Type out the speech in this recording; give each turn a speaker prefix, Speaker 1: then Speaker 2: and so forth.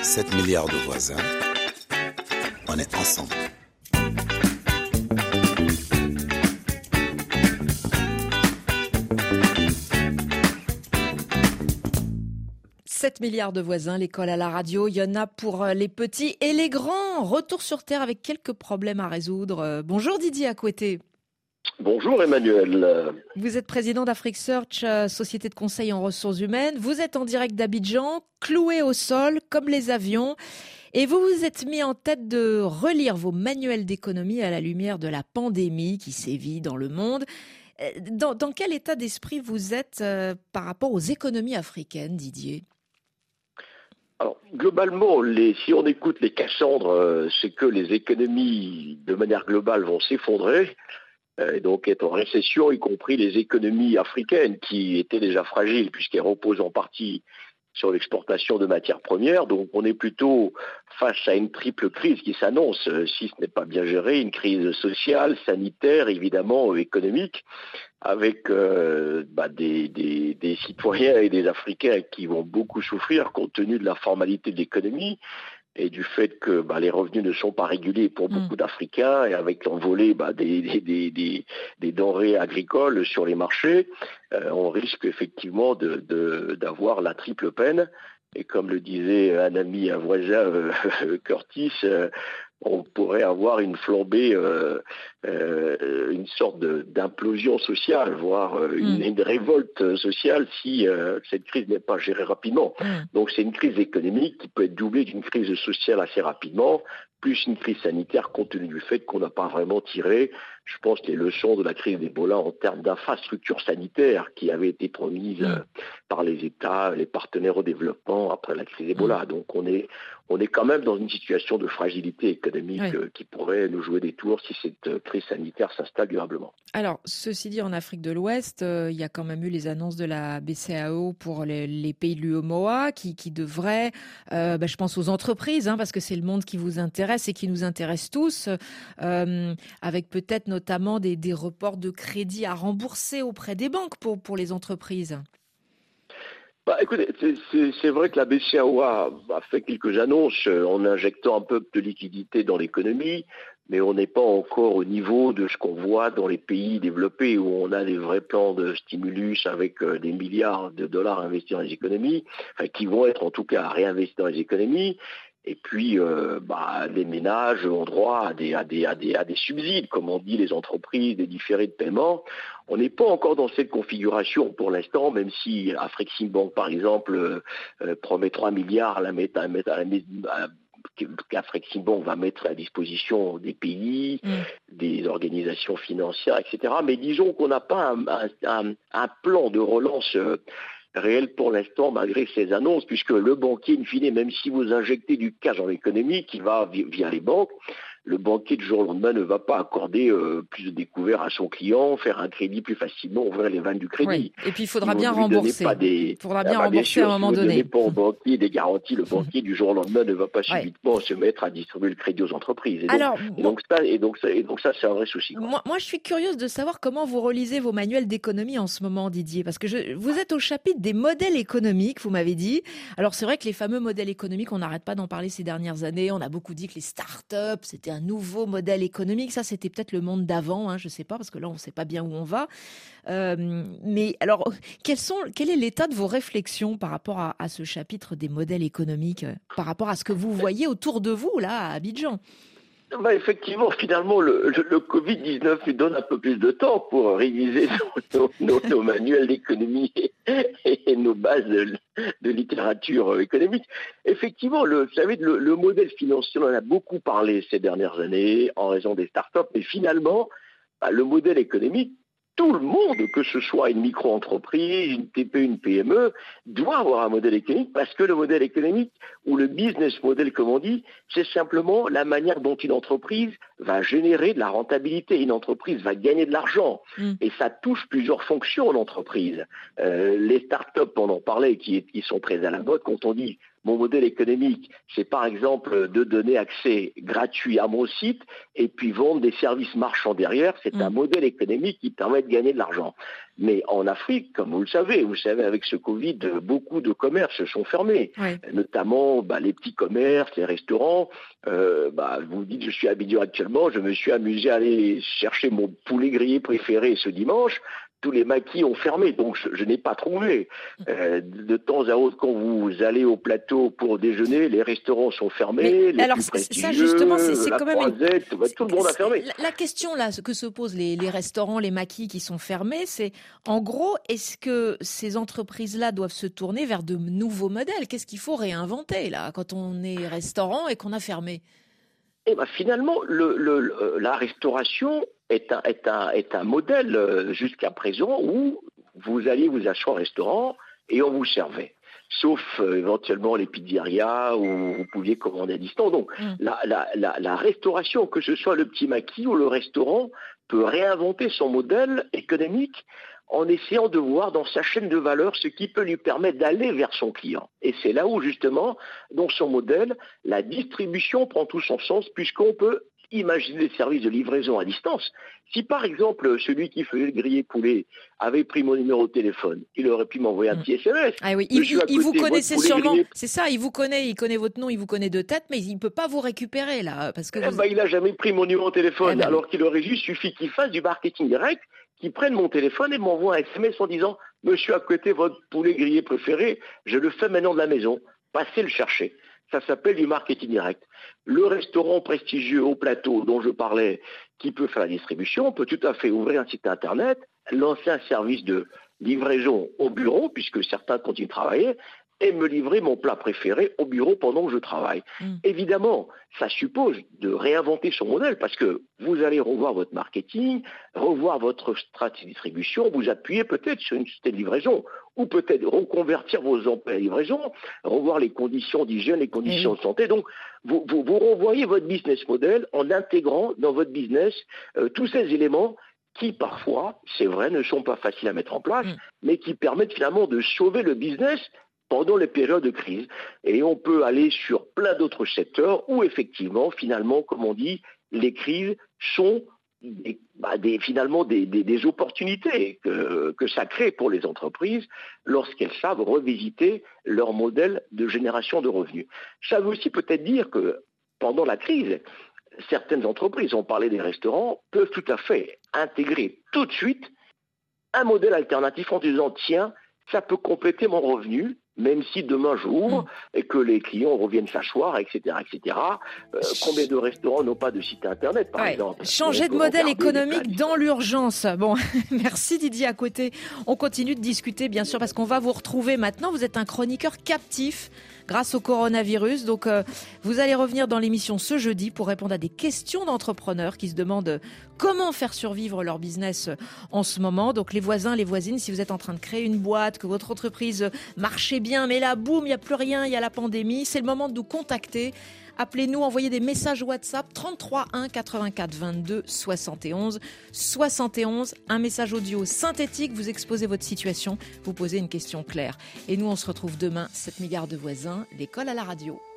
Speaker 1: 7 milliards de voisins, on est ensemble.
Speaker 2: « 7 milliards de voisins, l'école à la radio, il y en a pour les petits et les grands. Retour sur Terre avec quelques problèmes à résoudre. Bonjour Didier Akoueté.
Speaker 3: Bonjour Emmanuel.
Speaker 2: Vous êtes président d'Afrique Search, société de conseil en ressources humaines. Vous êtes en direct d'Abidjan, cloué au sol comme les avions. Et vous vous êtes mis en tête de relire vos manuels d'économie à la lumière de la pandémie qui sévit dans le monde. Dans quel état d'esprit vous êtes par rapport aux économies africaines, Didier ?
Speaker 3: Alors, globalement, si on écoute les Cassandres, c'est que les économies, de manière globale, vont s'effondrer. Et donc être en récession, y compris les économies africaines qui étaient déjà fragiles puisqu'elles reposent en partie sur l'exportation de matières premières. Donc on est plutôt face à une triple crise qui s'annonce, si ce n'est pas bien géré, une crise sociale, sanitaire, évidemment économique, avec des citoyens et des Africains qui vont beaucoup souffrir compte tenu de la formalité de l'économie et du fait que les revenus ne sont pas régulés pour beaucoup d'Africains et avec l'envolée des denrées agricoles sur les marchés, on risque effectivement d'avoir la triple peine. Et comme le disait un ami, un voisin, Curtis, on pourrait avoir une flambée, une sorte d'implosion sociale, voire une révolte sociale si cette crise n'est pas gérée rapidement. Donc c'est une crise économique qui peut être doublée d'une crise sociale assez rapidement, plus une crise sanitaire compte tenu du fait qu'on n'a pas vraiment tiré, je pense, les leçons de la crise d'Ebola en termes d'infrastructures sanitaires qui avaient été promises par les États, les partenaires au développement après la crise d'Ebola. Donc on est quand même dans une situation de fragilité économique qui pourrait nous jouer des tours si cette crise sanitaire s'installe durablement.
Speaker 2: Alors, ceci dit, en Afrique de l'Ouest, il y a quand même eu les annonces de la BCEAO pour les pays de l'UEMOA qui devraient, je pense aux entreprises, parce que c'est le monde qui vous intéresse et qui nous intéresse tous, avec peut-être notamment des reports de crédit à rembourser auprès des banques pour les entreprises.
Speaker 3: Écoutez, c'est vrai que la BCEAO a fait quelques annonces en injectant un peu de liquidité dans l'économie, mais on n'est pas encore au niveau de ce qu'on voit dans les pays développés où on a des vrais plans de stimulus avec des milliards de dollars investis dans les économies, qui vont être en tout cas réinvestis dans les économies. Et puis, les ménages ont droit à des subsides, comme on dit, les entreprises, des différés de paiement. On n'est pas encore dans cette configuration pour l'instant, même si Afreximbank, par exemple, promet 3 milliards qu'Afreximbank va mettre à disposition des pays, des organisations financières, etc. Mais disons qu'on n'a pas un plan de relance réel pour l'instant, malgré ces annonces, puisque le banquier, in fine, même si vous injectez du cash dans l'économie qui va via les banques, le banquier du jour au lendemain ne va pas accorder plus de découvert à son client, faire un crédit plus facilement, ouvrir les vannes du crédit.
Speaker 2: Oui. Et puis il faudra bien rembourser. Il faudra bien rembourser à un moment donné.
Speaker 3: Si vous ne donnez pas au banquier des garanties, le banquier du jour au lendemain ne va pas subitement se mettre à distribuer le crédit aux entreprises. Et donc ça, c'est un vrai souci.
Speaker 2: Moi, je suis curieuse de savoir comment vous relisez vos manuels d'économie en ce moment, Didier, parce que vous êtes au chapitre des modèles économiques, vous m'avez dit. Alors c'est vrai que les fameux modèles économiques, on n'arrête pas d'en parler ces dernières années. On a beaucoup dit que les start-up, c'était un nouveau modèle économique. Ça, c'était peut-être le monde d'avant, je ne sais pas, parce que là, on ne sait pas bien où on va. Mais alors, quel est l'état de vos réflexions par rapport à ce chapitre des modèles économiques, par rapport à ce que vous voyez autour de vous, là, à Abidjan ?
Speaker 3: Effectivement, finalement, le Covid-19 nous donne un peu plus de temps pour réviser nos manuels d'économie et nos bases de littérature économique. Effectivement, vous savez, le modèle financier, on en a beaucoup parlé ces dernières années en raison des startups, mais finalement, le modèle économique, tout le monde, que ce soit une micro-entreprise, une TPE, une PME, doit avoir un modèle économique parce que le modèle économique, ou le business model comme on dit, c'est simplement la manière dont une entreprise va générer de la rentabilité. Une entreprise va gagner de l'argent et ça touche plusieurs fonctions en entreprise. Les startups, on en parlait, qui sont très à la mode, quand on dit Mon modèle économique, c'est par exemple de donner accès gratuit à mon site et puis vendre des services marchands derrière. C'est un modèle économique qui permet de gagner de l'argent. Mais en Afrique, comme vous le savez avec ce Covid, beaucoup de commerces se sont fermés, notamment les petits commerces, les restaurants. Vous dites, je suis à Abidjan actuellement, je me suis amusé à aller chercher mon poulet grillé préféré ce dimanche. Tous les maquis ont fermé, donc je n'ai pas trouvé. De temps à autre, quand vous allez au plateau pour déjeuner, les restaurants sont fermés.
Speaker 2: Mais alors, ça justement, c'est quand même
Speaker 3: tout le monde a fermé.
Speaker 2: La question là, ce que se posent les restaurants, les maquis qui sont fermés, c'est en gros, est-ce que ces entreprises-là doivent se tourner vers de nouveaux modèles ? Qu'est-ce qu'il faut réinventer là quand on est restaurant et qu'on a fermé ?
Speaker 3: Finalement, la restauration est un modèle jusqu'à présent où vous alliez vous asseoir au restaurant et on vous servait. Sauf éventuellement les pizzerias où vous pouviez commander à distance. Donc la restauration, que ce soit le petit maquis ou le restaurant, peut réinventer son modèle économique en essayant de voir dans sa chaîne de valeur ce qui peut lui permettre d'aller vers son client. Et c'est là où, justement, dans son modèle, la distribution prend tout son sens, puisqu'on peut imaginer des services de livraison à distance. Si, par exemple, celui qui faisait le grillé poulet avait pris mon numéro de téléphone, il aurait pu m'envoyer un petit SMS.
Speaker 2: Ah oui, il vous connaissait sûrement. C'est ça, il connaît votre nom, il vous connaît de tête, mais il ne peut pas vous récupérer, là. Parce que
Speaker 3: il n'a jamais pris mon numéro de téléphone, alors qu'il aurait juste suffi qu'il fasse du marketing direct, qui prennent mon téléphone et m'envoient un SMS en disant « Monsieur, à côté, votre poulet grillé préféré, je le fais maintenant de la maison, passez le chercher ». Ça s'appelle du marketing direct. Le restaurant prestigieux au plateau dont je parlais, qui peut faire la distribution, peut tout à fait ouvrir un site internet, lancer un service de livraison au bureau, puisque certains continuent de travailler, et me livrer mon plat préféré au bureau pendant que je travaille. Évidemment, ça suppose de réinventer son modèle parce que vous allez revoir votre marketing, revoir votre stratégie de distribution, vous appuyer peut-être sur une société de livraison ou peut-être reconvertir vos emplois de livraison, revoir les conditions d'hygiène, les conditions de santé. Donc, vous revoyez votre business model en intégrant dans votre business tous ces éléments qui parfois, c'est vrai, ne sont pas faciles à mettre en place, mais qui permettent finalement de sauver le business pendant les périodes de crise. Et on peut aller sur plein d'autres secteurs où effectivement, finalement, comme on dit, les crises sont finalement des opportunités que ça crée pour les entreprises lorsqu'elles savent revisiter leur modèle de génération de revenus. Ça veut aussi peut-être dire que pendant la crise, certaines entreprises, on parlait des restaurants, peuvent tout à fait intégrer tout de suite un modèle alternatif en disant tiens, ça peut compléter mon revenu, même si demain j'ouvre et que les clients reviennent s'asseoir, etc., etc. Combien de restaurants n'ont pas de site internet, par exemple ?
Speaker 2: Changer de modèle économique dans l'urgence. Bon, merci Didier à côté. On continue de discuter, bien sûr, parce qu'on va vous retrouver maintenant. Vous êtes un chroniqueur captif grâce au coronavirus. Donc, vous allez revenir dans l'émission ce jeudi pour répondre à des questions d'entrepreneurs qui se demandent comment faire survivre leur business en ce moment. Donc, les voisins, les voisines, si vous êtes en train de créer une boîte, que votre entreprise marchait bien, mais là, boum, il n'y a plus rien, il y a la pandémie, c'est le moment de nous contacter. Appelez-nous, envoyez des messages WhatsApp 33 1 84 22 71 71. Un message audio synthétique, vous exposez votre situation, vous posez une question claire. Et nous, on se retrouve demain, 7 milliards de voisins, l'école à la radio.